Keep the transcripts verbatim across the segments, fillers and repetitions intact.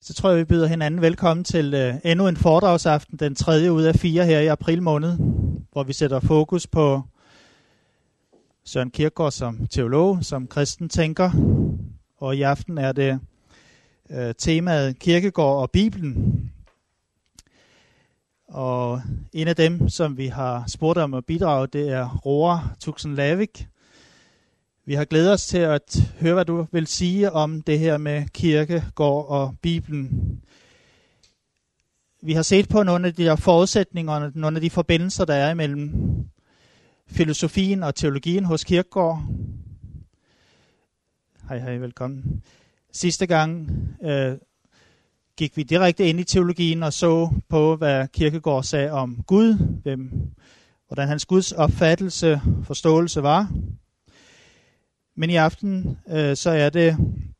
Så tror jeg, vi byder hinanden velkommen til øh, endnu en foredragsaften, den tredje ud af fire her i april måned, hvor vi sætter fokus på Søren Kierkegaard som teolog, som kristen tænker. Og i aften er det øh, temaet Kierkegaard og Bibelen. Og en af dem, som vi har spurgt om at bidrage, det er Roar Tuxen-Lavik. Vi har glædet os til at høre, hvad du vil sige om det her med Kierkegaard og Bibelen. Vi har set på nogle af de der forudsætninger, nogle af de forbindelser, der er imellem filosofien og teologien hos Kierkegaard. Hej, hej, velkommen. Sidste gang øh, gik vi direkte ind i teologien og så på, hvad Kierkegaard sagde om Gud, hvem, hvordan hans Guds opfattelse, forståelse var. Men i aften, øh, så er det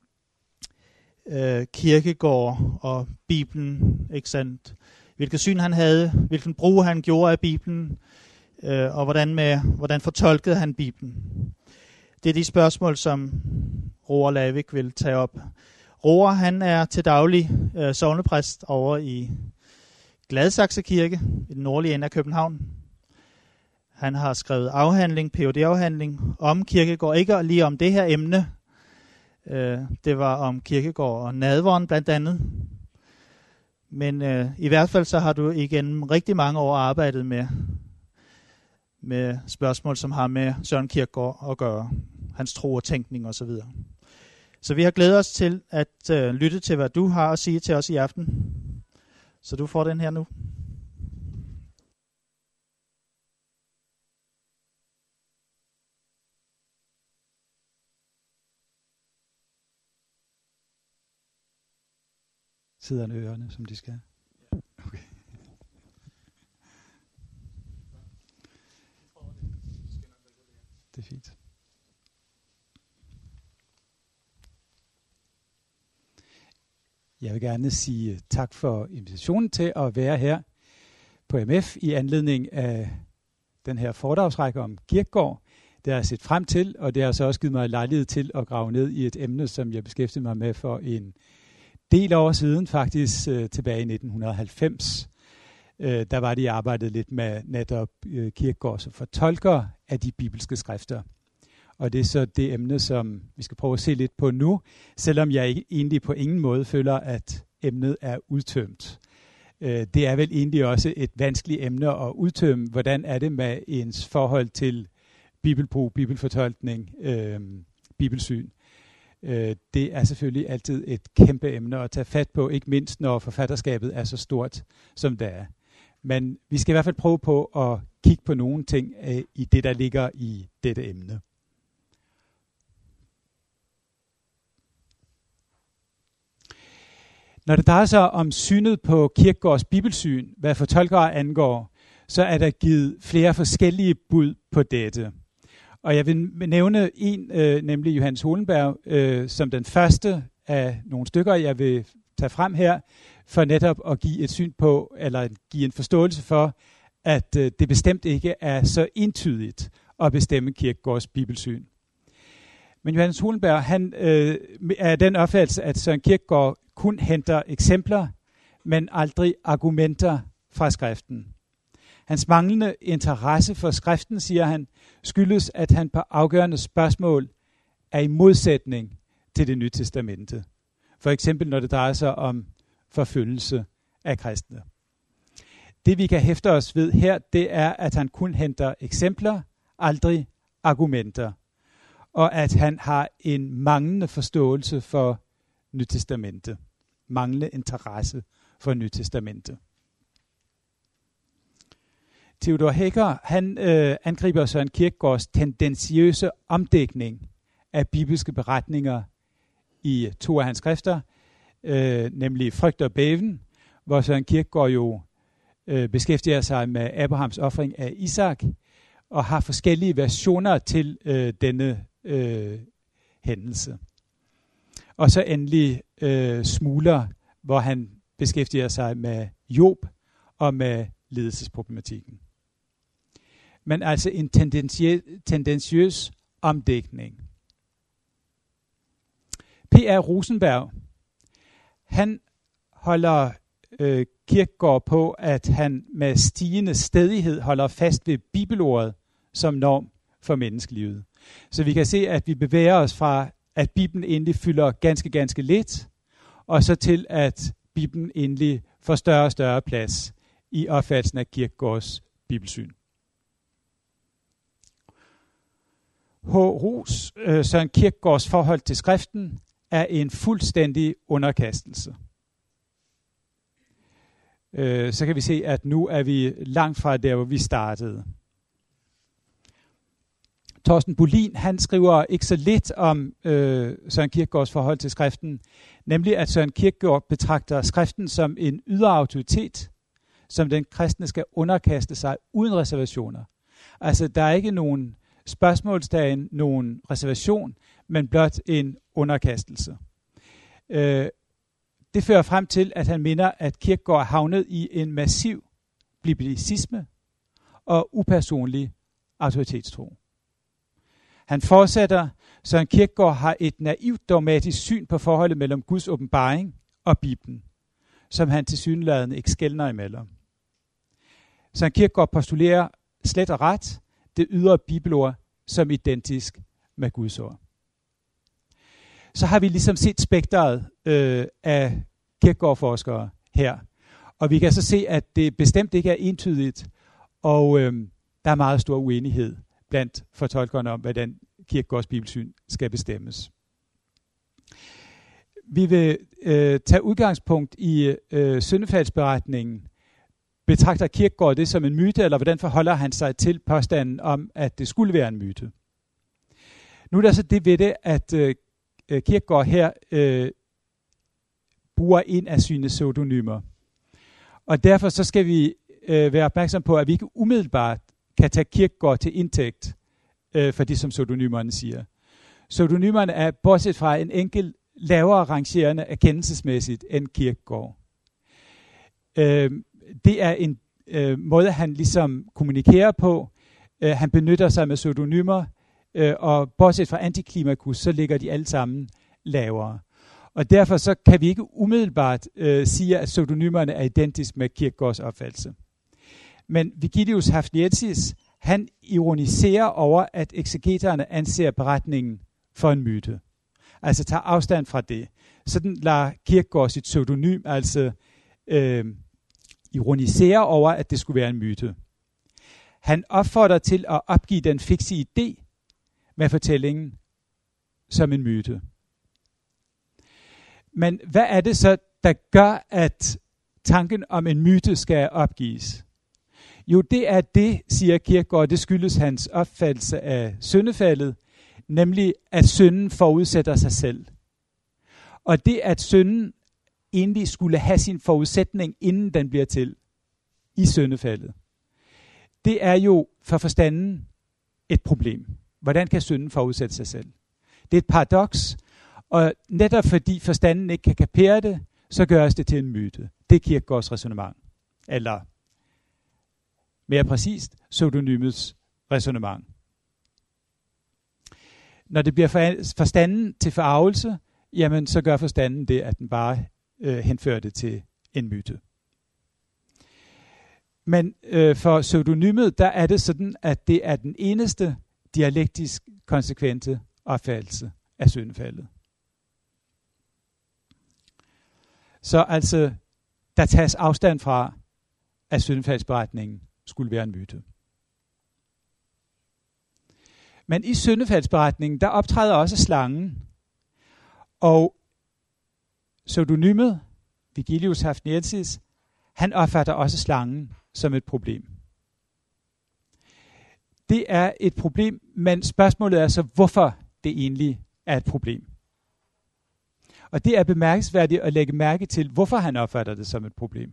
øh, Kierkegaard og Bibelen, ikke sandt? Hvilket syn han havde, hvilken brug han gjorde af Bibelen, øh, og hvordan, med, hvordan fortolkede han Bibelen. Det er de spørgsmål, som Roar Lavik vil tage op. Roar, han er til daglig øh, sognepræst over i Gladsaxe Kirke, i den nordlige ende af København. Han har skrevet afhandling, P H D-afhandling om Kierkegaard, ikke lige om det her emne. Øh, det var om Kierkegaard og nadveren blandt andet. Men øh, i hvert fald så har du igen rigtig mange år arbejdet med, med spørgsmål, som har med Søren Kierkegaard at gøre. Hans tro og tænkning osv. Så, så vi har glædet os til at øh, lytte til, hvad du har at sige til os i aften. Så du får den her nu. Sidder ørerne, som de skal. Okay. Det er fint. Jeg vil gerne sige tak for invitationen til at være her på M F i anledning af den her foredragsrække om Kierkegaard. Det har jeg set frem til, og det har så også givet mig lejlighed til at grave ned i et emne, som jeg beskæftigede mig med for en del år siden, faktisk øh, tilbage i nitten halvfems. Øh, der var de arbejdet lidt med netop øh, Kierkegaard som fortolker af de bibelske skrifter. Og det er så det emne, som vi skal prøve at se lidt på nu, selvom jeg ikke, egentlig på ingen måde føler, at emnet er udtømt. Øh, det er vel egentlig også et vanskeligt emne at udtømme. Hvordan er det med ens forhold til bibelbrug, bibelfortolkning, øh, bibelsyn? Det er selvfølgelig altid et kæmpe emne at tage fat på, ikke mindst når forfatterskabet er så stort, som det er. Men vi skal i hvert fald prøve på at kigge på nogle ting i det, der ligger i dette emne. Når det drejer sig om synet på Kierkegaards bibelsyn, hvad fortolkere angår, så er der givet flere forskellige bud på dette. Og jeg vil nævne en, øh, nemlig Johannes Holenberg, øh, som den første af nogle stykker, jeg vil tage frem her, for netop at give et syn på, eller give en forståelse for, at øh, det bestemt ikke er så entydigt at bestemme Kierkegaards bibelsyn. Men Johannes Holenberg, han øh, er den opfattelse, at Søren Kierkegaard kun henter eksempler, men aldrig argumenter fra skriften. Hans manglende interesse for skriften, siger han, skyldes, at han på afgørende spørgsmål er i modsætning til det nye testamente. For eksempel når det drejer sig om forfølgelse af kristne. Det vi kan hæfte os ved her, det er, at han kun henter eksempler, aldrig argumenter. Og at han har en manglende forståelse for Nyt Testamente. Manglende interesse for Nyt Testamente. Theodor Heger, han øh, angriber Søren Kierkegaards tendentiøse omdækning af bibelske beretninger i to af hans skrifter, øh, nemlig Frygt og Bæven, hvor Søren Kierkegaard jo øh, beskæftiger sig med Abrahams ofring af Isak, og har forskellige versioner til øh, denne øh, hændelse. Og så endelig øh, Smugler, hvor han beskæftiger sig med Job og med lidelsesproblematikken. Men altså en tendentie- tendentiøs omdækning. P R Rosenberg, han holder øh, Kierkegaard på, at han med stigende stædighed holder fast ved bibelordet som norm for menneskelivet. Så vi kan se, at vi bevæger os fra, at Bibelen endelig fylder ganske, ganske lidt, og så til, at Bibelen endelig får større og større plads i opfattelsen af Kierkegaards bibelsyn. H. Ros, øh, Søren Kierkegaards forhold til skriften, er en fuldstændig underkastelse. Øh, så kan vi se, at nu er vi langt fra der, hvor vi startede. Torsten Bolin, han skriver ikke så lidt om øh, Søren Kierkegaards forhold til skriften, nemlig at Søren Kierkegaard betragter skriften som en ydre autoritet, som den kristne skal underkaste sig uden reservationer. Altså, der er ikke nogen spørgsmålstegn, nogen reservation, men blot en underkastelse. Øh, det fører frem til, at han mener, at Kierkegaard er havnet i en massiv biblicisme og upersonlig autoritetstro. Han fortsætter, Søren Kierkegaard har et naivt dogmatisk syn på forholdet mellem Guds åbenbaring og Bibelen, som han tilsyneladende ikke skelner imellem. Søren Kierkegaard postulerer slet og ret det ydre bibelord som identisk med Guds ord. Så har vi ligesom set spektret øh, af Kierkegaard-forskere her. Og vi kan så se, at det bestemt ikke er entydigt, og øh, der er meget stor uenighed blandt fortolkerne om, hvordan Kierkegaards bibelsyn skal bestemmes. Vi vil øh, tage udgangspunkt i øh, syndefaldsberetningen. Betragter Kierkegaard det som en myte, eller hvordan forholder han sig til påstanden om, at det skulle være en myte? Nu er der så det ved det, at øh, Kierkegaard her øh, bruger en af sine pseudonymer. Og derfor så skal vi øh, være opmærksom på, at vi ikke umiddelbart kan tage Kierkegaard til indtægt øh, for det, som pseudonymerne siger. Pseudonymerne er, bortset fra en enkelt lavere rangerende erkendelsesmæssigt end Kierkegaard. Øh, det er en øh, måde, han ligesom kommunikerer på. Øh, han benytter sig med pseudonymer, øh, og bortset fra Antiklimakus, så ligger de alle sammen lavere. Og derfor så kan vi ikke umiddelbart øh, sige, at pseudonymerne er identisk med Kierkegaards opfattelse. Men Vigilius Hafniensis, han ironiserer over, at eksegeterne anser beretningen for en myte. Altså tager afstand fra det. Sådan lader Kierkegaard sit pseudonym altså øh, ironisere over, at det skulle være en myte. Han opfordrer til at opgive den fikse idé med fortællingen som en myte. Men hvad er det så, der gør, at tanken om en myte skal opgives? Jo, det er det, siger Kierkegaard, det skyldes hans opfattelse af syndefaldet, nemlig at synden forudsætter sig selv. Og det, at synden egentlig skulle have sin forudsætning, inden den bliver til i syndefaldet, det er jo for forstanden et problem. Hvordan kan synden forudsætte sig selv? Det er et paradoks, og netop fordi forstanden ikke kan kapere det, så gøres det til en myte. Det er Kierkegaards ræsonnement. Eller mere præcist, pseudonymets ræsonnement. Når det bliver forstanden til forarvelse, jamen så gør forstanden det, at den bare øh, henfører det til en myte. Men øh, for pseudonymet, der er det sådan, at det er den eneste dialektisk konsekvente opfattelse af syndefaldet. Så altså, der tages afstand fra, at syndefaldsberetningen skulle være en myte. Men i syndefaldsberetningen, der optræder også slangen. Og pseudonymet, Vigilius Hafniensis, han opfatter også slangen som et problem. Det er et problem, men spørgsmålet er så, hvorfor det egentlig er et problem. Og det er bemærkelsesværdigt at lægge mærke til, hvorfor han opfatter det som et problem.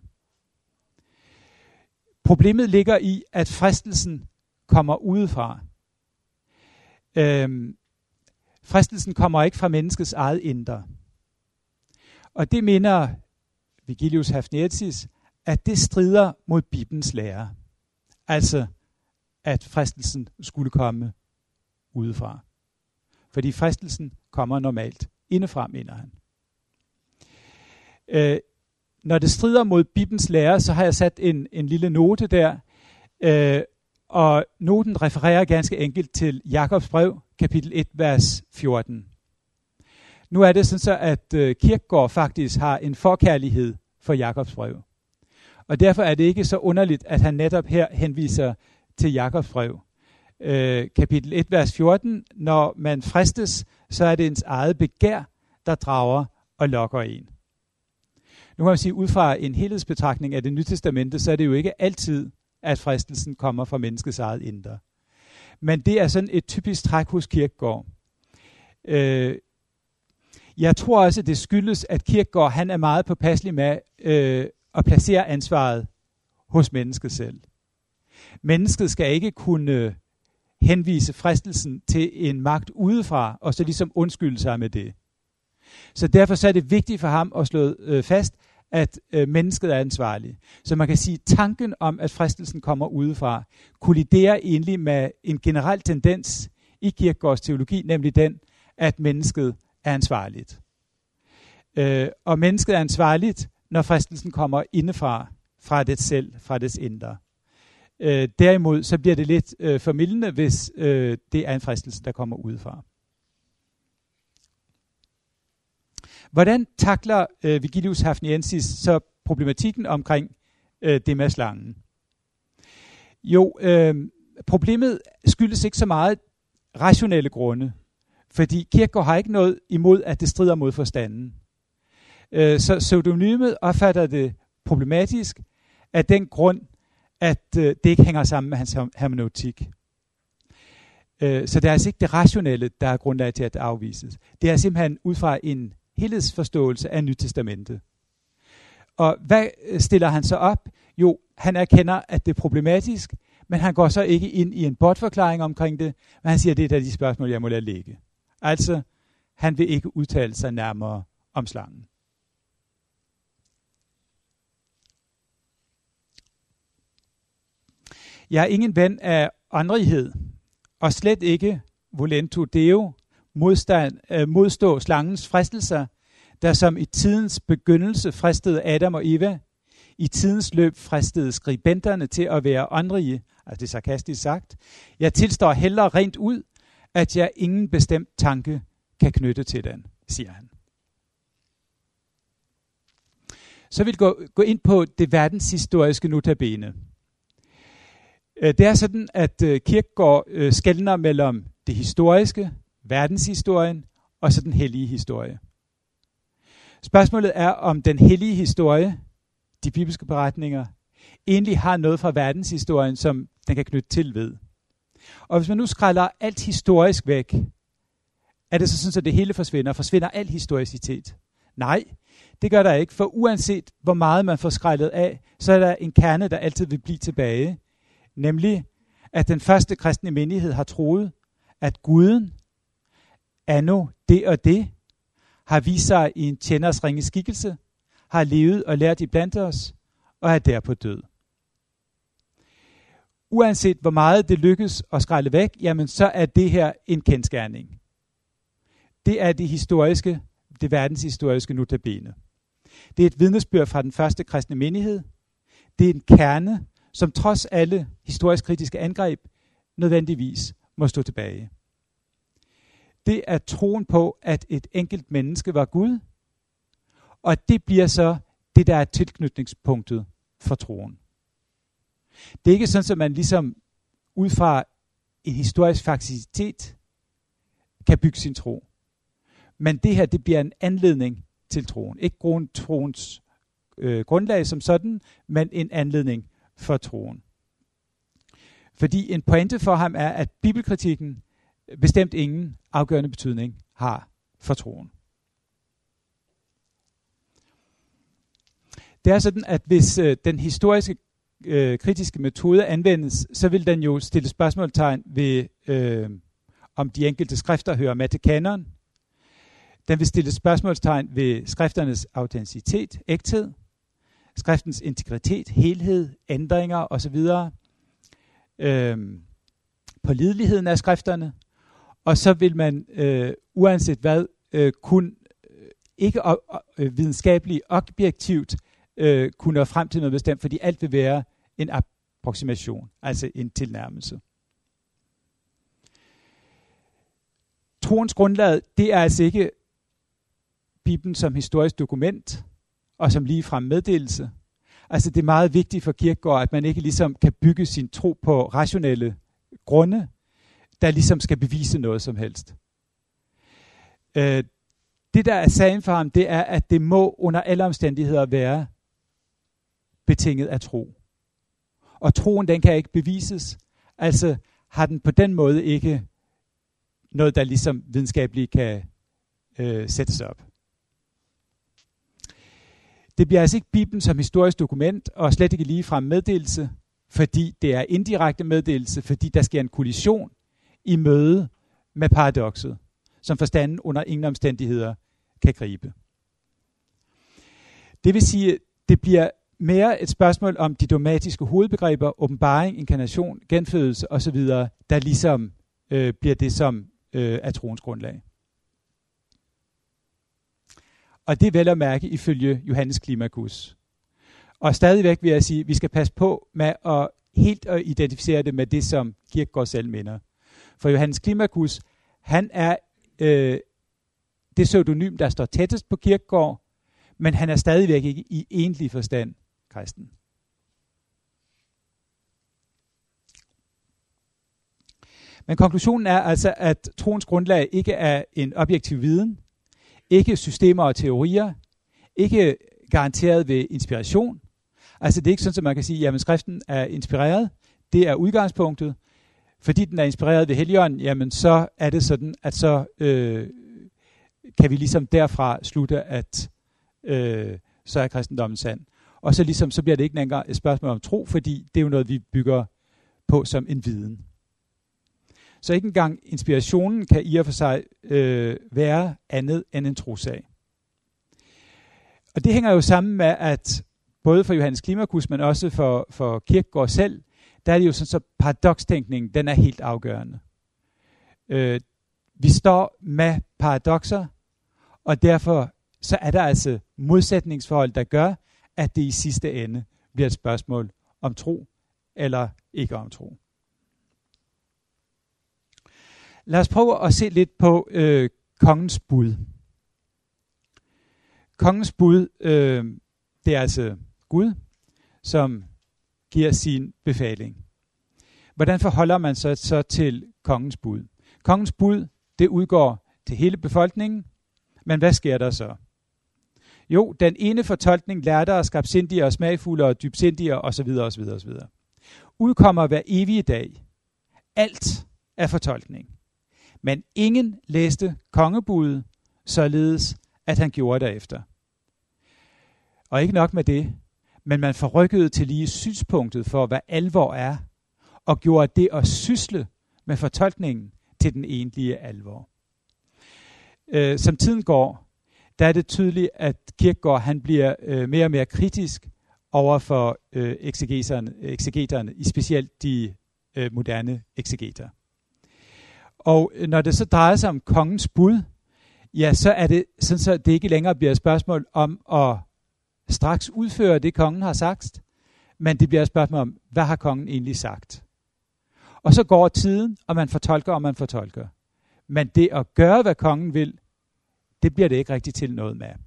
Problemet ligger i, at fristelsen kommer udefra. Øhm, fristelsen kommer ikke fra menneskets eget indre. Og det mener Vigilius Hafniensis, at det strider mod Bibelens lære. Altså, at fristelsen skulle komme udefra. Fordi fristelsen kommer normalt indefra, mener han. Øh, når det strider mod Bibelens lære, så har jeg sat en, en lille note der, øh, og noten refererer ganske enkelt til Jakobs brev, kapitel et, vers fjorten. Nu er det sådan så, at øh, Kierkegaard faktisk har en forkærlighed for Jakobs brev. Og derfor er det ikke så underligt, at han netop her henviser til Jakobs brev. Øh, kapitel et, vers fjorten. Når man fristes, så er det ens eget begær, der drager og lokker en. Nu kan man sige, ud fra en helhedsbetragtning af det Nye Testamente, så er det jo ikke altid, at fristelsen kommer fra menneskets eget indre. Men det er sådan et typisk træk hos Kierkegaard. Øh, jeg tror også, det skyldes, at Kierkegaard han er meget påpasselig med øh, at placere ansvaret hos mennesket selv. Mennesket skal ikke kunne henvise fristelsen til en magt udefra, og så ligesom undskylde sig med det. Så derfor så er det vigtigt for ham at slå øh, fast, at øh, mennesket er ansvarlig. Så man kan sige, at tanken om, at fristelsen kommer udefra, kolliderer egentlig med en generel tendens i Kierkegaards teologi, nemlig den, at mennesket er ansvarligt. Øh, og mennesket er ansvarligt, når fristelsen kommer indefra, fra det selv, fra dets indre. Øh, derimod så bliver det lidt øh, formildende, hvis øh, det er en fristelse, der kommer udefra. Hvordan takler øh, Vigilius Hafniensis så problematikken omkring øh, det med slangen? Jo, øh, problemet skyldes ikke så meget rationelle grunde, fordi Kierkegaard har ikke noget imod, at det strider mod forstanden. Øh, så pseudonymet opfatter det problematisk af den grund, at øh, det ikke hænger sammen med hans hermeneutik. Øh, så det er altså ikke det rationelle, der er grundlag til, at det afvises. Det er simpelthen ud fra en helhedsforståelse af Nyt Testamente. Og hvad stiller han så op? Jo, han erkender, at det er problematisk, men han går så ikke ind i en bortforklaring omkring det, men han siger, at det er der de spørgsmål, jeg må lade ligge. Altså, han vil ikke udtale sig nærmere om slangen. Jeg er ingen ven af åndrighed, og slet ikke volento deo, modstand, øh, modstå slangens fristelser, der som i tidens begyndelse fristede Adam og Eva, i tidens løb fristede skribenterne til at være åndrige, altså det er sarkastisk sagt. Jeg tilstår hellere rent ud, at jeg ingen bestemt tanke kan knytte til den, siger han. Så vil jeg gå, gå ind på det verdenshistoriske notabene. Det er sådan, at Kierkegaard skelner mellem det historiske, verdenshistorien, og så den hellige historie. Spørgsmålet er, om den hellige historie, de bibelske beretninger, egentlig har noget fra verdenshistorien, som den kan knytte til ved. Og hvis man nu skræller alt historisk væk, er det så sådan, at det hele forsvinder? Forsvinder al historicitet? Nej, det gør der ikke, for uanset hvor meget man får skrællet af, så er der en kerne, der altid vil blive tilbage. Nemlig, at den første kristne menighed har troet, at Guden, anno det og det, har vist sig i en tjeners ringe skikkelse, har levet og lært iblandt os, og er derpå død. Uanset hvor meget det lykkes at skrælle væk, jamen så er det her en kendsgerning. Det er det historiske, det verdenshistoriske notabene. Det er et vidnesbyrd fra den første kristne menighed. Det er en kerne, som trods alle historisk kritiske angreb nødvendigvis må stå tilbage. Det er troen på, at et enkelt menneske var Gud, og det bliver så det, der er tilknytningspunktet for troen. Det er ikke sådan, at man ligesom ud fra en historisk fakticitet kan bygge sin tro. Men det her, det bliver en anledning til troen. Ikke troens øh, grundlag som sådan, men en anledning for troen. Fordi en pointe for ham er, at bibelkritikken bestemt ingen afgørende betydning har for troen. Det er sådan, at hvis øh, den historiske øh, kritiske metode anvendes, så vil den jo stille spørgsmålstegn ved, øh, om de enkelte skrifter hører med til kanon. Den vil stille spørgsmålstegn ved skrifternes autenticitet, ægthed, skriftens integritet, helhed, ændringer osv., øh, pålideligheden af skrifterne, og så vil man øh, uanset hvad øh, kun øh, ikke øh, videnskabeligt objektivt øh, kunne nå frem til noget bestemt, fordi alt vil være en approksimation, altså en tilnærmelse. Troens grundlag, det er altså ikke Bibelen som historisk dokument og som ligefrem meddelelse. Altså det er meget vigtigt for Kierkegaard, at man ikke ligesom kan bygge sin tro på rationelle grunde, der ligesom skal bevise noget som helst. Øh, det der er sagen for ham, det er, at det må under alle omstændigheder være betinget af tro. Og troen, den kan ikke bevises. Altså har den på den måde ikke noget, der ligesom videnskabeligt kan øh, sættes op. Det bliver altså ikke Bibelen som historisk dokument, og slet ikke ligefrem meddelelse, fordi det er indirekte meddelelse, fordi der sker en kollision i møde med paradokset, som forstanden under ingen omstændigheder kan gribe. Det vil sige, det bliver mere et spørgsmål om de dogmatiske hovedbegreber, åbenbaring, inkarnation, genfødelse osv., der ligesom øh, bliver det, som øh, er troens grundlag. Og det er vel at mærke ifølge Johannes Climacus. Og stadigvæk vil jeg sige, at vi skal passe på med at helt at identificere det med det, som Kierkegaard selv mener. For Johannes Climacus, han er øh, det pseudonym, der står tættest på Kierkegaard, men han er stadigvæk ikke i egentlig forstand kristen. Men konklusionen er altså, at troens grundlag ikke er en objektiv viden, ikke systemer og teorier, ikke garanteret ved inspiration. Altså det er ikke sådan, at man kan sige, at skriften er inspireret. Det er udgangspunktet. Fordi den er inspireret ved Helligånden, jamen så er det sådan, at så øh, kan vi ligesom derfra slutte, at øh, så er kristendommen sand. Og så ligesom så bliver det ikke længere et spørgsmål om tro, fordi det er jo noget, vi bygger på som en viden. Så ikke engang inspirationen kan i og for sig øh, være andet end en trosag. Og det hænger jo sammen med, at både for Johannes Climacus, men også for, for Kierkegaard selv, der er det jo sådan, så paradokstænkningen, den er helt afgørende. Øh, vi står med paradokser, og derfor så er der altså modsætningsforhold, der gør, at det i sidste ende bliver et spørgsmål om tro eller ikke om tro. Lad os prøve at se lidt på øh, kongens bud. Kongens bud, øh, det er altså Gud, som giver sin befaling. Hvordan forholder man sig så til kongens bud? Kongens bud, det udgår til hele befolkningen, men hvad sker der så? Jo, den ene fortolkning lærte og skarpsindige og smagfulde og dybsindige osv. osv. osv. udkommer hver evige dag. Alt er fortolkning. Men ingen læste kongebuddet, således at han gjorde derefter. Og ikke nok med det, men man forrykkede til lige synspunktet for, hvad alvor er, og gjorde det at sysle med fortolkningen til den egentlige alvor. Øh, som tiden går, der er det tydeligt, at Kierkegaard han bliver øh, mere og mere kritisk over for øh, eksegeterne, eksegeterne, i specielt de øh, moderne eksegeter. Og når det så drejer sig om kongens bud, ja, så er det sådan, så det ikke længere bliver et spørgsmål om at straks udføre det, kongen har sagt, men det bliver et spørgsmål om, hvad har kongen egentlig sagt? Og så går tiden, og man fortolker, og man fortolker. Men det at gøre, hvad kongen vil, det bliver det ikke rigtig til noget med.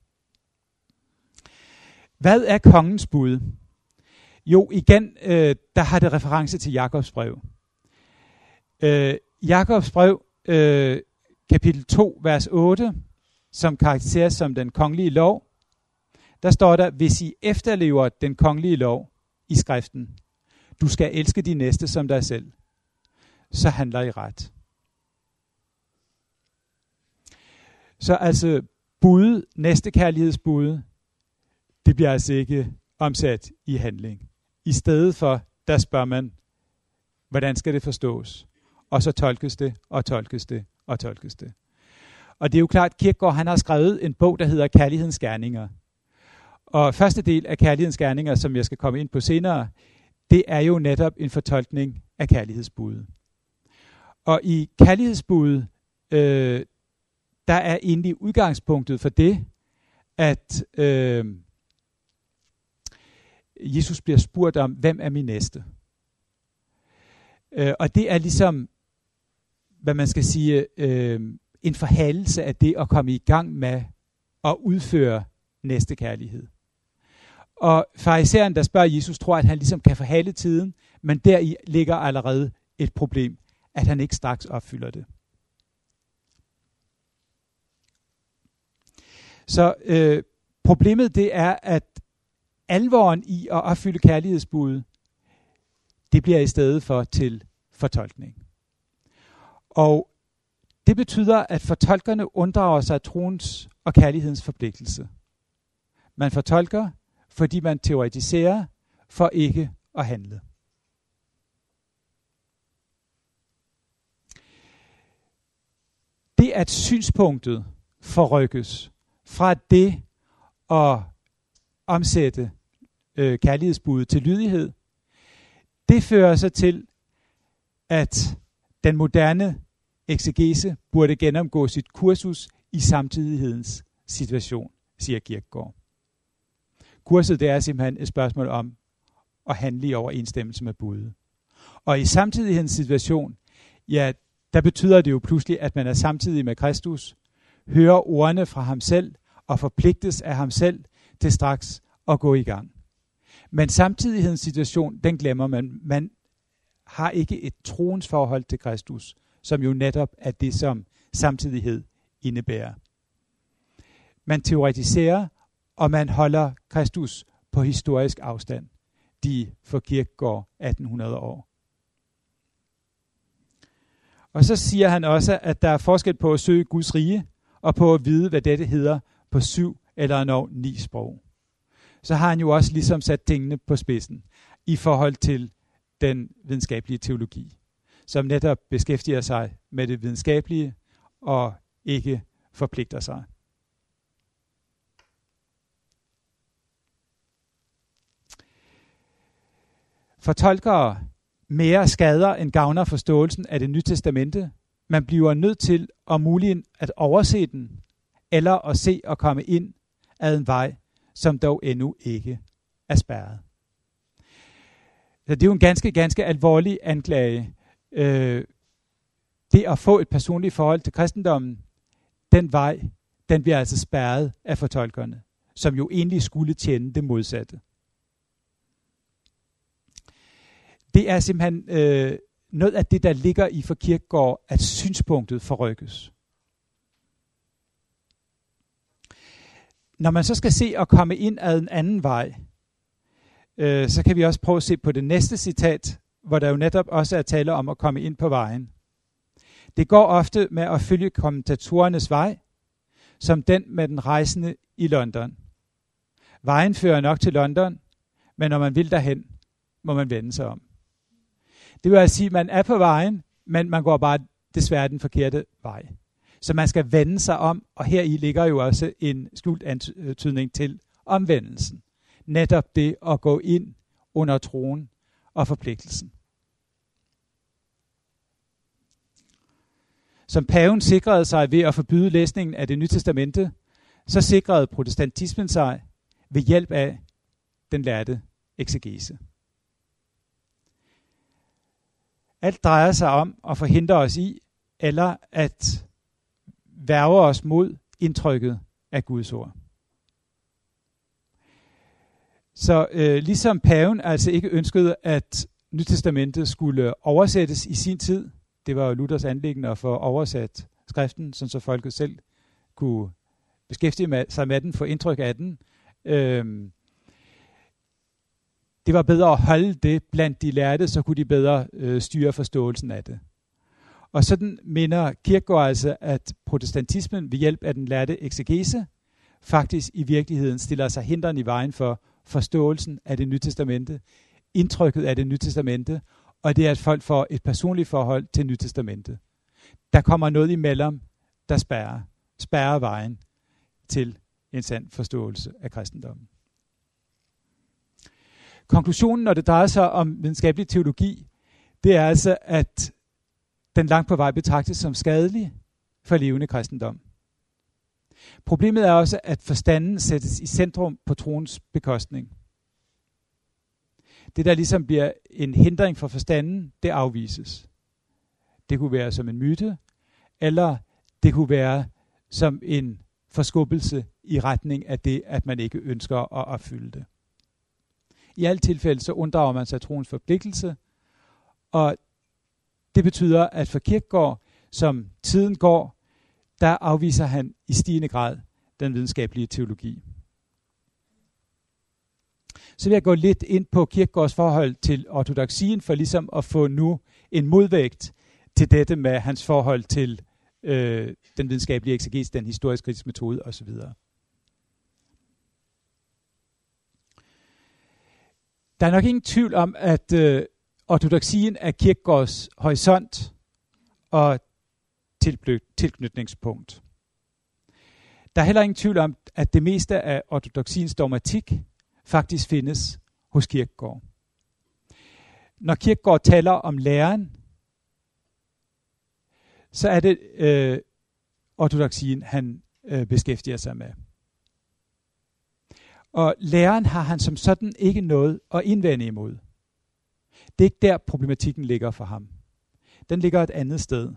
Hvad er kongens bud? Jo, igen, øh, der har det reference til Jakobs brev. Øh, Jakobs brev, øh, kapitel to, vers otte, som karakteriseres som den kongelige lov, der står der, hvis I efterlever den kongelige lov i skriften, du skal elske de næste som dig selv, så handler I ret. Så altså bud, næstekærlighedsbud, det bliver altså ikke omsat i handling. I stedet for, der spørger man, hvordan skal det forstås? Og så tolkes det, og tolkes det, og tolkes det. Og det er jo klart, at Kierkegaard han har skrevet en bog, der hedder Kærlighedens Gerninger. Og første del af Kærlighedens Gerninger, som jeg skal komme ind på senere, det er jo netop en fortolkning af kærlighedsbuddet. Og i kærlighedsbuddet, øh, der er egentlig udgangspunktet for det, at øh, Jesus bliver spurgt om, hvem er min næste? Øh, og det er ligesom, hvad man skal sige, øh, en forhalelse af det at komme i gang med at udføre næstekærlighed. Og farisæeren, der spørger Jesus, tror, at han ligesom kan forhale tiden, men deri ligger allerede et problem, at han ikke straks opfylder det. Så øh, problemet det er, at alvoren i at opfylde kærlighedsbuddet, det bliver i stedet for til fortolkning. Og det betyder, at fortolkerne unddrager sig troens og kærlighedens forpligtelse. Man fortolker, fordi man teoretiserer, for ikke at handle. Det, at synspunktet forrykkes fra det at omsætte øh, kærlighedsbuddet til lydighed, det fører så til, at den moderne eksegese burde gennemgå sit kursus i samtidighedens situation, siger Kierkegaard. Kurset det er simpelthen et spørgsmål om at handle i overensstemmelse med budet. Og i samtidighedens situation, ja, der betyder det jo pludselig, at man er samtidig med Kristus, hører ordene fra ham selv og forpligtes af ham selv til straks at gå i gang. Men samtidighedens situation, den glemmer man. Man har ikke et troens forhold til Kristus, som jo netop er det, som samtidighed indebærer. Man teoretiserer, og man holder Kristus på historisk afstand. De for Kierkegaard atten hundrede år. Og så siger han også, at der er forskel på at søge Guds rige, og på at vide, hvad dette hedder på syv eller endnu ni sprog. Så har han jo også ligesom sat tingene på spidsen i forhold til den videnskabelige teologi, som netop beskæftiger sig med det videnskabelige og ikke forpligter sig. Fortolkere mere skader end gavner forståelsen af det nye testamente. Man bliver nødt til om muligt at overse den, eller at se og komme ind ad en vej, som dog endnu ikke er spærret. Så det er jo en ganske, ganske alvorlig anklage. Øh, det at få et personligt forhold til kristendommen, den vej, den bliver altså spærret af fortolkerne, som jo egentlig skulle tjene det modsatte. Det er simpelthen øh, noget af det, der ligger i for Kierkegaard, at synspunktet forrykkes. Når man så skal se at komme ind ad en anden vej, øh, så kan vi også prøve at se på det næste citat, hvor der jo netop også er tale om at komme ind på vejen. Det går ofte med at følge kommentatorernes vej, som den med den rejsende i London. Vejen fører nok til London, men når man vil derhen, må man vende sig om. Det vil altså sige, at man er på vejen, men man går bare desværre den forkerte vej. Så man skal vende sig om, og her i ligger jo også en skjult antydning til omvendelsen. Netop det at gå ind under troen og forpligtelsen. Som paven sikrede sig ved at forbyde læsningen af det nye testamente, så sikrede protestantismen sig ved hjælp af den lærte eksegese. Alt drejer sig om at forhindre os i, eller at værge os mod indtrykket af Guds ord. Så øh, ligesom paven altså ikke ønskede, at Nytestamentet skulle oversættes i sin tid, det var jo Luthers anliggende at få oversat skriften, sådan så folket selv kunne beskæftige sig med den, få indtryk af den. Øhm, det var bedre at holde det blandt de lærte, så kunne de bedre øh, styre forståelsen af det. Og sådan mener Kierkegaard altså, at protestantismen ved hjælp af den lærte eksegese faktisk i virkeligheden stiller sig hindrende i vejen for forståelsen af det nye testamente, indtrykket af det nye testamente, og det er, at folk får et personligt forhold til Nye Testamentet. Der kommer noget imellem, der spærrer, spærrer vejen til en sand forståelse af kristendommen. Konklusionen, når det drejer sig om videnskabelig teologi, det er altså, at den langt på vej betragtes som skadelig for levende kristendom. Problemet er også, at forstanden sættes i centrum på troens bekostning. Det, der ligesom bliver en hindring for forstanden, det afvises. Det kunne være som en myte, eller det kunne være som en forskubbelse i retning af det, at man ikke ønsker at opfylde det. I alle tilfælde så unddrager man sig troens forpligtelse, og det betyder, at for Kierkegaard, som tiden går, der afviser han i stigende grad den videnskabelige teologi. Så vil jeg gå lidt ind på Kierkegaards forhold til ortodoksien, for ligesom at få nu en modvægt til dette med hans forhold til øh, den videnskabelige ekseges, den historisk kritiske metode osv. Der er nok ingen tvivl om, at øh, ortodoksien er Kierkegaards horisont og tilknytningspunkt. Der er heller ingen tvivl om, at det meste af ortodoksiens dogmatik faktisk findes hos Kierkegaard. Når Kierkegaard taler om læren, så er det øh, ortodoksien, han øh, beskæftiger sig med. Og læren har han som sådan ikke noget at indvende imod. Det er ikke der, problematikken ligger for ham. Den ligger et andet sted.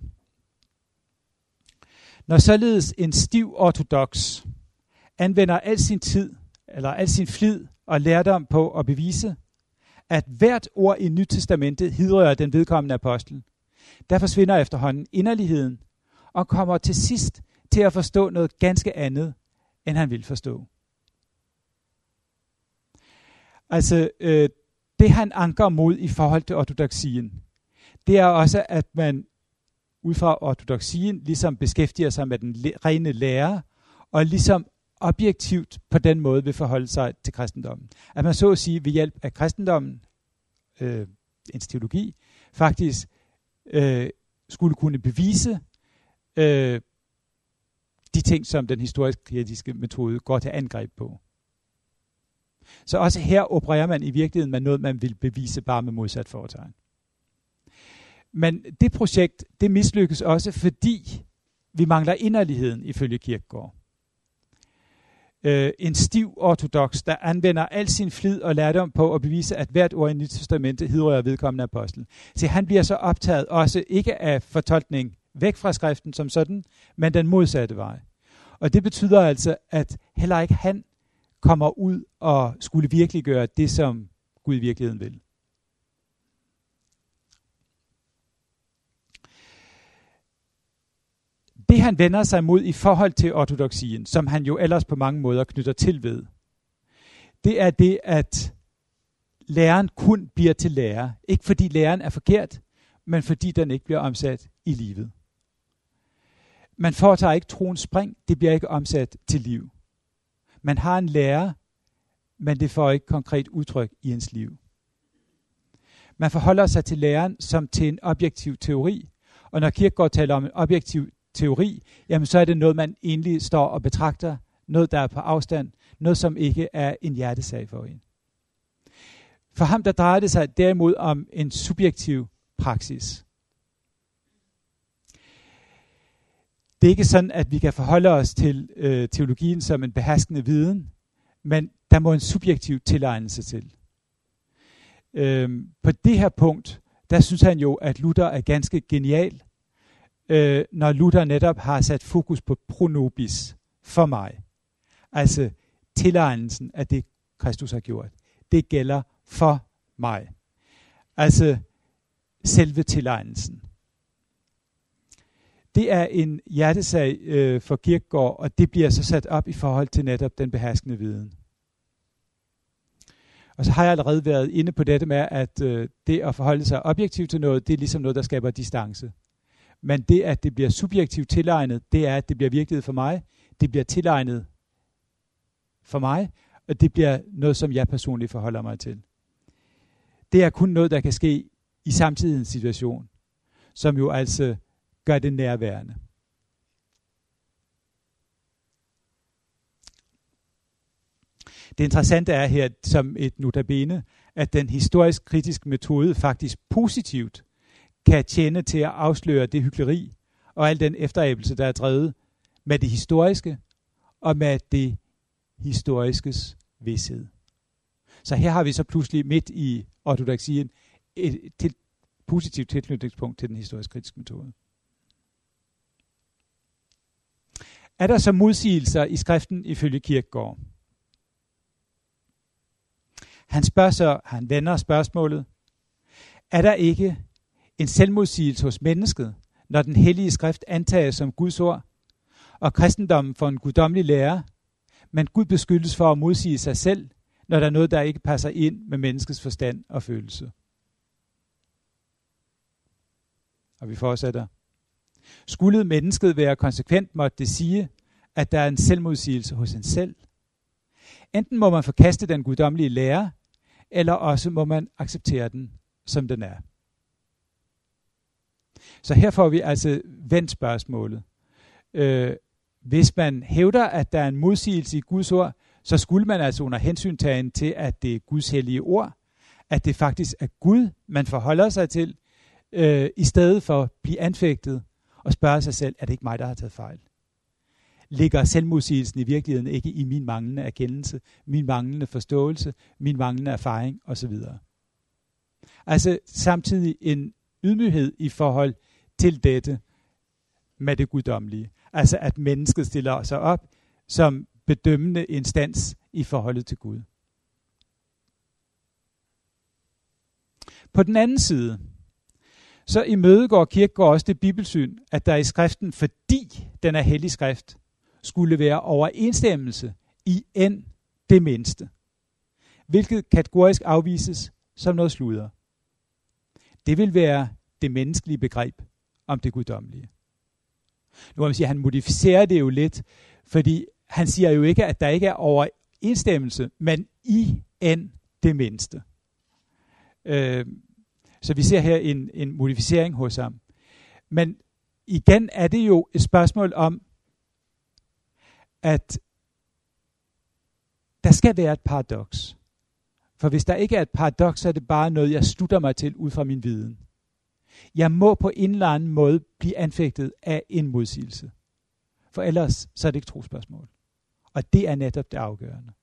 Når således en stiv ortodoks anvender al sin tid, eller al sin flid og lærdom på at bevise, at hvert ord i Nyt Testamentet hidrører den vedkommende apostel, der forsvinder efterhånden inderligheden og kommer til sidst til at forstå noget ganske andet, end han vil forstå. Altså, øh, det han anker mod i forhold til ortodoksien, det er også, at man ud fra ortodoksien ligesom beskæftiger sig med den le- rene lære, og ligesom objektivt på den måde vil forholde sig til kristendommen. At man så at sige ved hjælp af kristendommen, øh, ens teologi, faktisk øh, skulle kunne bevise øh, de ting, som den historisk kritiske metode går til angreb på. Så også her opererer man i virkeligheden med noget, man vil bevise bare med modsat foretegn. Men det projekt, det mislykkes også, fordi vi mangler inderligheden ifølge Kierkegaard. Øh, en stiv ortodoks, der anvender al sin flid og lærdom på at bevise, at hvert ord i Nyt Testamentet hidrører vedkommende apostel. Så han bliver så optaget også ikke af fortolkning væk fra skriften som sådan, men den modsatte vej. Og det betyder altså, at heller ikke han kommer ud og skulle virkelig gøre det, som Gud i virkeligheden vil. Det han vender sig mod i forhold til ortodoksien, som han jo ellers på mange måder knytter til ved, det er det, at læren kun bliver til lære. Ikke fordi læren er forkert, men fordi den ikke bliver omsat i livet. Man foretager ikke troens spring, det bliver ikke omsat til liv. Man har en lære, men det får ikke konkret udtryk i ens liv. Man forholder sig til læren som til en objektiv teori, og når Kierkegaard taler om en objektiv teori, jamen så er det noget, man egentlig står og betragter, noget, der er på afstand, noget, som ikke er en hjertesag for en. For ham, der drejer det sig derimod om en subjektiv praksis. Det er ikke sådan, at vi kan forholde os til øh, teologien som en beherskende viden, men der må en subjektiv tilegnelse til. Øhm, på det her punkt, der synes han jo, at Luther er ganske genial, øh, når Luther netop har sat fokus på pronobis for mig. Altså tilegnelsen af det, Kristus har gjort. Det gælder for mig. Altså selve tilegnelsen. Det er en hjertesag øh, for Kierkegaard, og det bliver så sat op i forhold til netop den beherskende viden. Og så har jeg allerede været inde på dette med, at øh, det at forholde sig objektivt til noget, det er ligesom noget, der skaber distance. Men det, at det bliver subjektivt tilegnet, det er, at det bliver virkelighed for mig. Det bliver tilegnet for mig, og det bliver noget, som jeg personligt forholder mig til. Det er kun noget, der kan ske i samtidens situation, som jo altså gør det nærværende. Det interessante er her, som et notabene, at den historisk kritiske metode faktisk positivt kan tjene til at afsløre det hykleri og al den efteræbelse, der er drevet med det historiske og med det historiskes vidshed. Så her har vi så pludselig midt i ortodoksien et, et, et positivt tilknytningspunkt til den historisk-kritiske metode. Er der så modsigelser i skriften ifølge Kierkegaard? Han spørger så, han vender spørgsmålet, er der ikke en selvmodsigelse hos mennesket, når den hellige skrift antages som Guds ord, og kristendommen for en guddommelig lære, men Gud beskyldes for at modsige sig selv, når der er noget, der ikke passer ind med menneskets forstand og følelse? Og vi fortsætter. Skulle mennesket være konsekvent, måtte det sige, at der er en selvmodsigelse hos en selv. Enten må man forkaste den guddommelige lære, eller også må man acceptere den, som den er. Så her får vi altså vendt spørgsmålet. Øh, hvis man hævder, at der er en modsigelse i Guds ord, så skulle man altså under hensyntagen til, at det er Guds hellige ord, at det faktisk er Gud, man forholder sig til, øh, i stedet for at blive anfægtet og spørge sig selv, er det ikke mig, der har taget fejl? Ligger selvmodsigelsen i virkeligheden ikke i min manglende erkendelse, min manglende forståelse, min manglende erfaring osv.? Altså samtidig en ydmyghed i forhold til dette med det guddommelige. Altså at mennesket stiller sig op som bedømmende instans i forholdet til Gud. På den anden side, så imødegår Kierkegaard også det bibelsyn, at der i skriften, fordi den er hellig skrift, skulle være overensstemmelse i end det mindste, hvilket kategorisk afvises som noget sludder. Det vil være det menneskelige begreb om det guddommelige. Nu må man sige, at han modificerer det jo lidt, fordi han siger jo ikke, at der ikke er overensstemmelse, men i end det mindste. Øh, så vi ser her en, en modificering hos ham. Men igen er det jo et spørgsmål om, at der skal være et paradoks. For hvis der ikke er et paradoks, så er det bare noget, jeg slutter mig til ud fra min viden. Jeg må på en eller anden måde blive anfægtet af en modsigelse. For ellers så er det ikke trospørgsmål. Og det er netop det afgørende.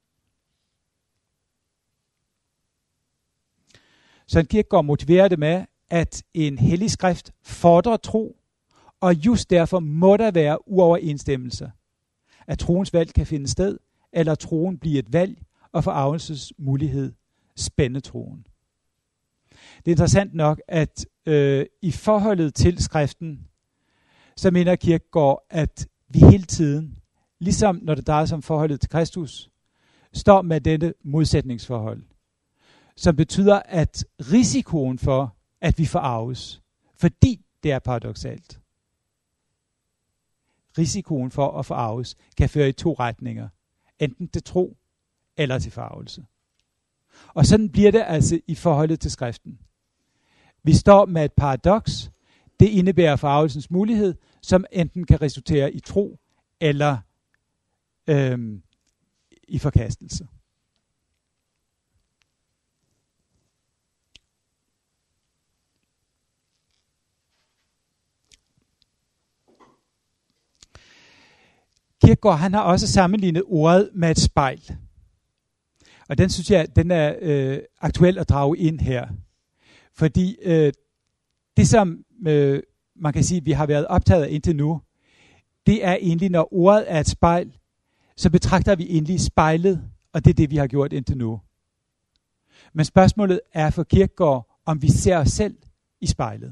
Så Kierkegaard motiverer det med, at en hellig skrift fordrer tro, og just derfor må der være uoverensstemmelser. At troens valg kan finde sted, eller troen blive et valg, og forarvelses mulighed spænde troen. Det er interessant nok, at øh, i forholdet til skriften, så mener Kierkegaard, at vi hele tiden, ligesom når det drejer sig om forholdet til Kristus, står med dette modsætningsforhold, som betyder, at risikoen for, at vi forarves, fordi det er paradoksalt, risikoen for at forarves kan føre i to retninger, enten til tro eller til forarvelse. Og sådan bliver det altså i forholdet til skriften. Vi står med et paradoks. Det indebærer forarvelsens mulighed, som enten kan resultere i tro eller øhm, i forkastelse. Kierkegaard, han har også sammenlignet ordet med et spejl. Og den synes jeg, den er øh, aktuel at drage ind her. Fordi øh, det, som øh, man kan sige, vi har været optaget af indtil nu, det er egentlig, når ordet er et spejl, så betragter vi egentlig spejlet, og det er det, vi har gjort indtil nu. Men spørgsmålet er for Kierkegaard, om vi ser os selv i spejlet.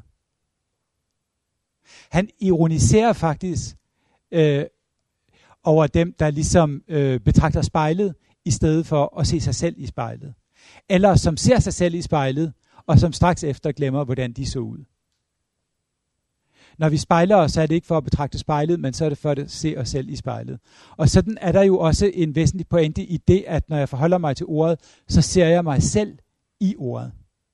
Han ironiserer faktisk øh, over dem, der ligesom øh, betragter spejlet, i stedet for at se sig selv i spejlet. Eller som ser sig selv i spejlet, og som straks efter glemmer, hvordan de så ud. Når vi spejler os, så er det ikke for at betragte spejlet, men så er det for at se os selv i spejlet. Og sådan er der jo også en væsentlig pointe i det, at når jeg forholder mig til ordet, så ser jeg mig selv i ordet.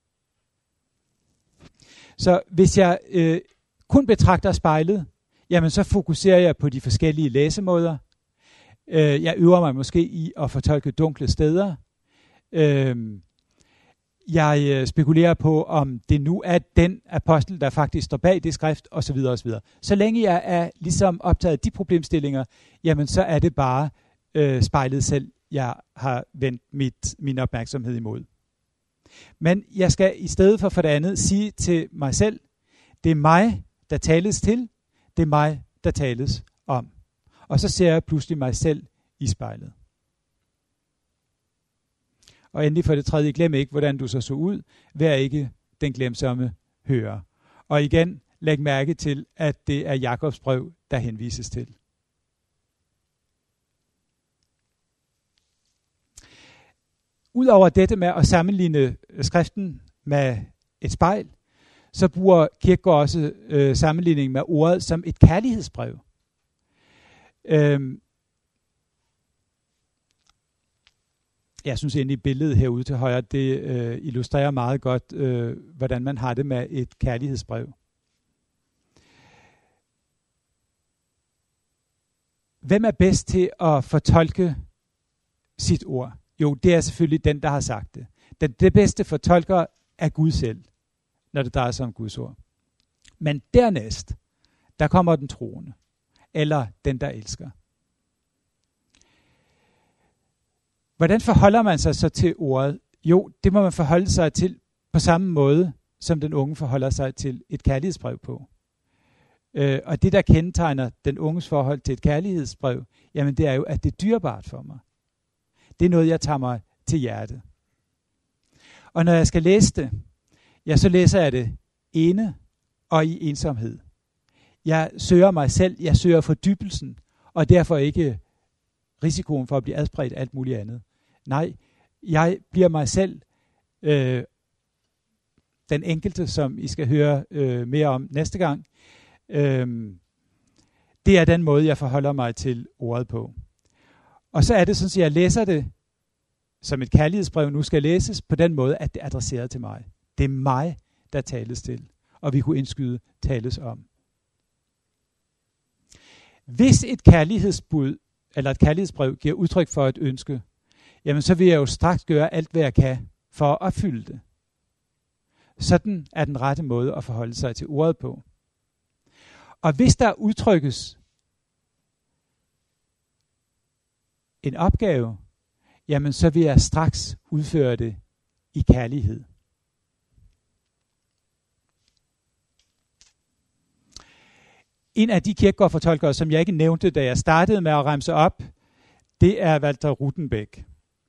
Så hvis jeg øh, kun betragter spejlet, jamen så fokuserer jeg på de forskellige læsemåder. Øh, jeg øver mig måske i at fortolke dunkle steder. Øh, jeg øh, spekulerer på, om det nu er den apostel, der faktisk står bag det skrift, osv. osv. Så længe jeg er ligesom optaget af de problemstillinger, jamen så er det bare øh, spejlet selv jeg har vendt mit, min opmærksomhed imod. Men jeg skal i stedet for for det andet sige til mig selv, det er mig, der tales til, det er mig, der tales om. Og så ser jeg pludselig mig selv i spejlet. Og endelig for det tredje, glem ikke, hvordan du så så ud. Vær ikke den glemsomme hører. Og igen, læg mærke til, at det er Jakobs brev, der henvises til. Udover dette med at sammenligne skriften med et spejl, så bruger Kierkegaard også øh, sammenligning med ordet som et kærlighedsbrev. Øhm, jeg synes egentlig, billedet herude til højre, det øh, illustrerer meget godt, øh, hvordan man har det med et kærlighedsbrev. Hvem er bedst til at fortolke sit ord? Jo, det er selvfølgelig den, der har sagt det. Den det bedste fortolker er Gud selv, når det drejer sig om Guds ord. Men dernæst, der kommer den troende, eller den, der elsker. Hvordan forholder man sig så til ordet? Jo, det må man forholde sig til på samme måde, som den unge forholder sig til et kærlighedsbrev på. Øh, og det, der kendetegner den unges forhold til et kærlighedsbrev, jamen det er jo, at det er dyrebart for mig. Det er noget, jeg tager mig til hjerte. Og når jeg skal læse det, ja, så læser jeg det ene og i ensomhed. Jeg søger mig selv, jeg søger fordybelsen, og derfor ikke risikoen for at blive adspredt alt muligt andet. Nej, jeg bliver mig selv øh, den enkelte, som I skal høre øh, mere om næste gang. Øh, det er den måde, jeg forholder mig til ordet på. Og så er det sådan, at jeg læser det som et kærlighedsbrev nu skal læses på den måde, at det er adresseret til mig. Det er mig, der tales til, og vi kunne indskyde tales om. Hvis et kærlighedsbud eller et kærlighedsbrev giver udtryk for et ønske, jamen så vil jeg jo straks gøre alt, hvad jeg kan for at opfylde det. Sådan er den rette måde at forholde sig til ordet på. Og hvis der udtrykkes en opgave, jamen så vil jeg straks udføre det i kærlighed. En af de Kierkegaard-fortolkere, som jeg ikke nævnte, da jeg startede med at remse op, det er Walter Rutenbeck.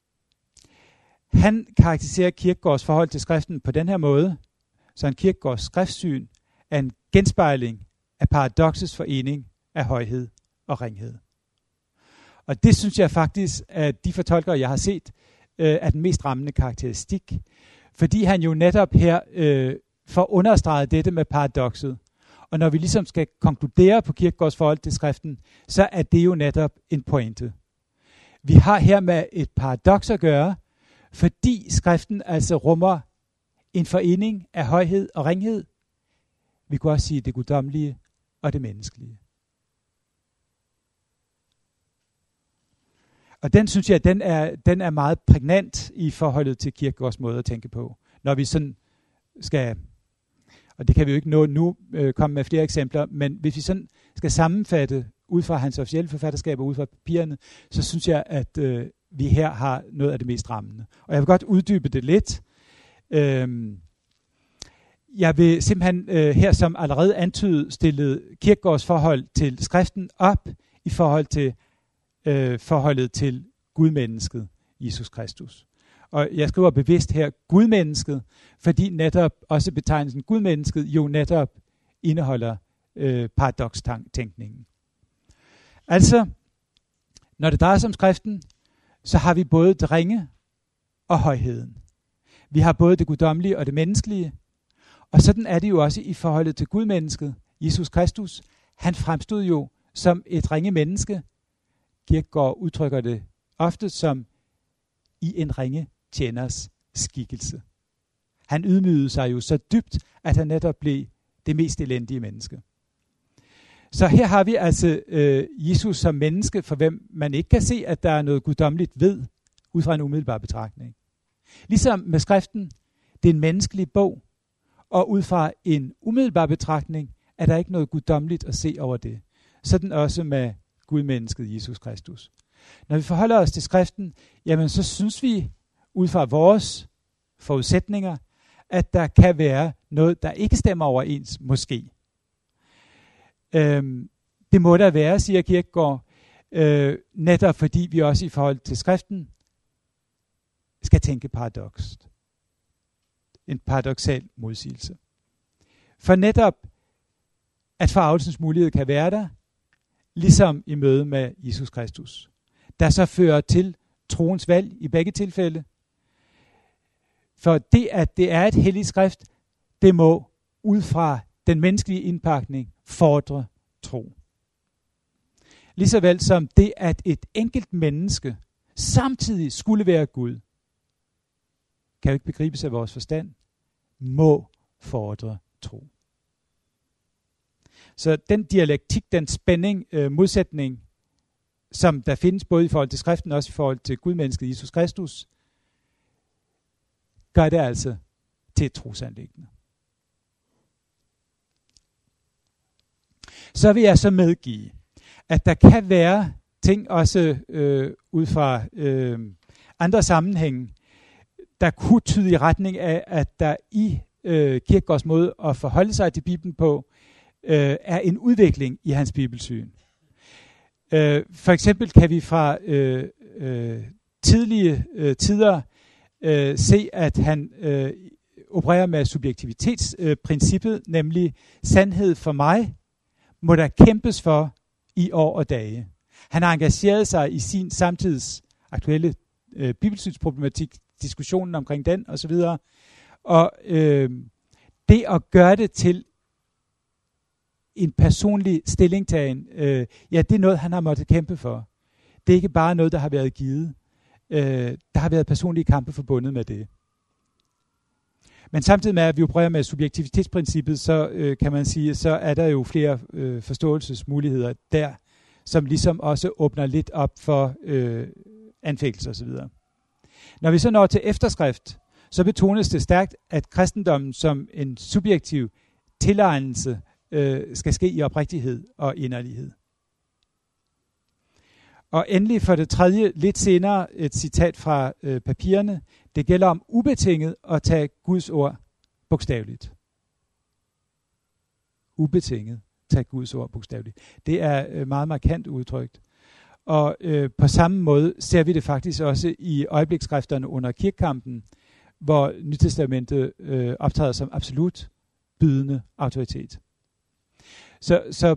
Han karakteriserer Kierkegaards forhold til skriften på den her måde, så en Kierkegaards skriftsyn er en genspejling af paradoksets forening af højhed og ringhed. Og det synes jeg faktisk, at de fortolkere, jeg har set, øh, er den mest rammende karakteristik. Fordi han jo netop her øh, får understreget dette med paradokset. Og når vi ligesom skal konkludere på Kierkegaards forhold til skriften, så er det jo netop en pointe. Vi har her med et paradoks at gøre, fordi skriften altså rummer en forening af højhed og ringhed. Vi kunne også sige det guddommelige og det menneskelige. Og den synes jeg, den er, den er meget prægnant i forholdet til Kierkegaards måde at tænke på. Når vi sådan skal, og det kan vi jo ikke nå nu, øh, komme med flere eksempler, men hvis vi sådan skal sammenfatte ud fra hans officielle forfatterskab og ud fra papirerne, så synes jeg, at øh, vi her har noget af det mest rammende. Og jeg vil godt uddybe det lidt. Øhm, jeg vil simpelthen øh, her som allerede antydet stille Kierkegaards forhold til skriften op i forhold til øh, forholdet til Gudmennesket, Jesus Kristus. Og jeg skriver bevidst her Gudmennesket, fordi netop også betegnelsen Gudmennesket jo netop indeholder øh, paradokstænkningen. Altså, når det drejer sig om skriften, så har vi både det ringe og højheden. Vi har både det guddommelige og det menneskelige. Og sådan er det jo også i forholdet til Gudmennesket, Jesus Kristus. Han fremstod jo som et ringe menneske. Kierkegaard udtrykker det ofte som i en ringe tjeners skikkelse. Han ydmygede sig jo så dybt, at han netop blev det mest elendige menneske. Så her har vi altså øh, Jesus som menneske, for hvem man ikke kan se, at der er noget guddommeligt ved, ud fra en umiddelbar betragtning. Ligesom med skriften, det er en menneskelig bog, og ud fra en umiddelbar betragtning, er der ikke noget guddommeligt at se over det. Sådan også med Gudmennesket Jesus Kristus. Når vi forholder os til skriften, jamen så synes vi, ud fra vores forudsætninger, at der kan være noget, der ikke stemmer overens, måske. Øhm, det må der være, siger Kierkegaard, øh, netop fordi vi også i forhold til skriften skal tænke paradokst. En paradoksal modsigelse. For netop, at forarvelsens mulighed kan være der, ligesom i møde med Jesus Kristus, der så fører til troens valg i begge tilfælde. For det, at det er et helligt skrift, det må ud fra den menneskelige indpakning fordre tro. Ligesåvel som det, at et enkelt menneske samtidig skulle være Gud, kan jo ikke begribes af vores forstand, må fordre tro. Så den dialektik, den spænding, øh, modsætning, som der findes både i forhold til skriften og også i forhold til Gudmennesket Jesus Kristus, gør det altså til et trosanliggende. Så vil jeg så medgive, at der kan være ting også øh, ud fra øh, andre sammenhænge, der kunne tyde i retning af, at der i øh, Kierkegaards måde at forholde sig til Bibelen på, øh, er en udvikling i hans bibelsyn. Øh, for eksempel kan vi fra øh, øh, tidlige øh, tider øh, se, at han øh, opererer med subjektivitetsprincippet, øh, nemlig sandhed for mig må der kæmpes for i år og dage. Han har engageret sig i sin samtids aktuelle øh, bibelsynsproblematik, diskussionen omkring den osv. Og øh, det at gøre det til en personlig stillingtagen, øh, ja, det er noget, han har måttet kæmpe for. Det er ikke bare noget, der har været givet. Øh, der har været personlige kampe forbundet med det. Men samtidig med, at vi opererer med subjektivitetsprincippet, så øh, kan man sige, så er der jo flere øh, forståelsesmuligheder der, som ligesom også åbner lidt op for øh, anfægtelse osv. Når vi så når til efterskrift, så betones det stærkt, at kristendommen som en subjektiv tilegnelse øh, skal ske i oprigtighed og inderlighed. Og endelig for det tredje, lidt senere, et citat fra øh, papirerne. Det gælder om ubetinget at tage Guds ord bogstaveligt. Ubetinget tage Guds ord bogstaveligt. Det er øh, meget markant udtrykt. Og øh, på samme måde ser vi det faktisk også i øjebliksskrifterne under kirkekampen, hvor Nytestamentet øh, optræder som absolut bydende autoritet. Så, så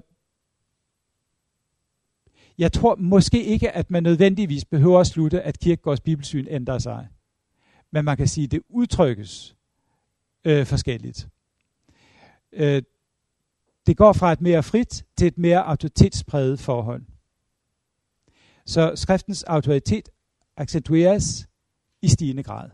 jeg tror måske ikke, at man nødvendigvis behøver at slutte, at Kierkegaards bibelsyn ændrer sig. Men man kan sige, at det udtrykkes øh, forskelligt. Øh, det går fra et mere frit til et mere autoritetspræget forhold. Så skriftens autoritet accentueres i stigende grad.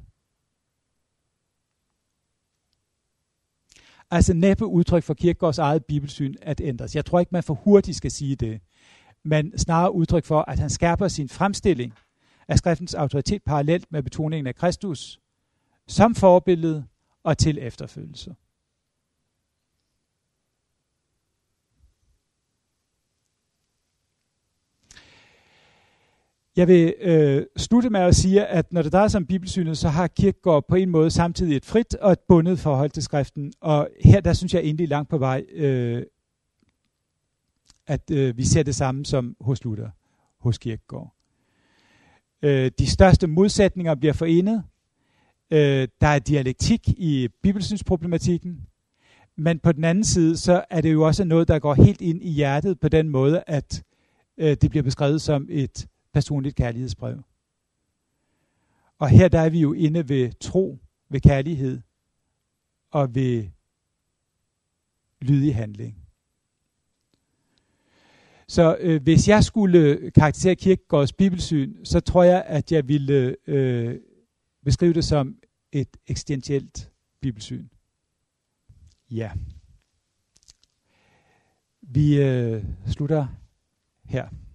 Altså næppe udtryk for Kierkegaards eget bibelsyn at ændres. Jeg tror ikke, man for hurtigt skal sige det. Men snarere udtryk for, at han skærper sin fremstilling af skriftens autoritet parallelt med betoningen af Kristus som forbillede og til efterfølgelse. Jeg vil øh, slutte med at sige, at når det drejer sig om bibelsynet, så har Kierkegaard på en måde samtidig et frit og et bundet forhold til skriften. Og her, der synes jeg egentlig langt på vej, øh, at øh, vi ser det samme som hos Luther, hos Kierkegaard. Øh, de største modsætninger bliver forenet. Øh, der er dialektik i bibelsynsproblematikken. Men på den anden side, så er det jo også noget, der går helt ind i hjertet på den måde, at øh, det bliver beskrevet som et personligt kærlighedsbrev. Og her der er vi jo inde ved tro, ved kærlighed og ved lydig handling. Så øh, hvis jeg skulle karakterisere Kierkegaards bibelsyn, så tror jeg, at jeg ville øh, beskrive det som et eksistentielt bibelsyn. Ja. Vi øh, slutter her.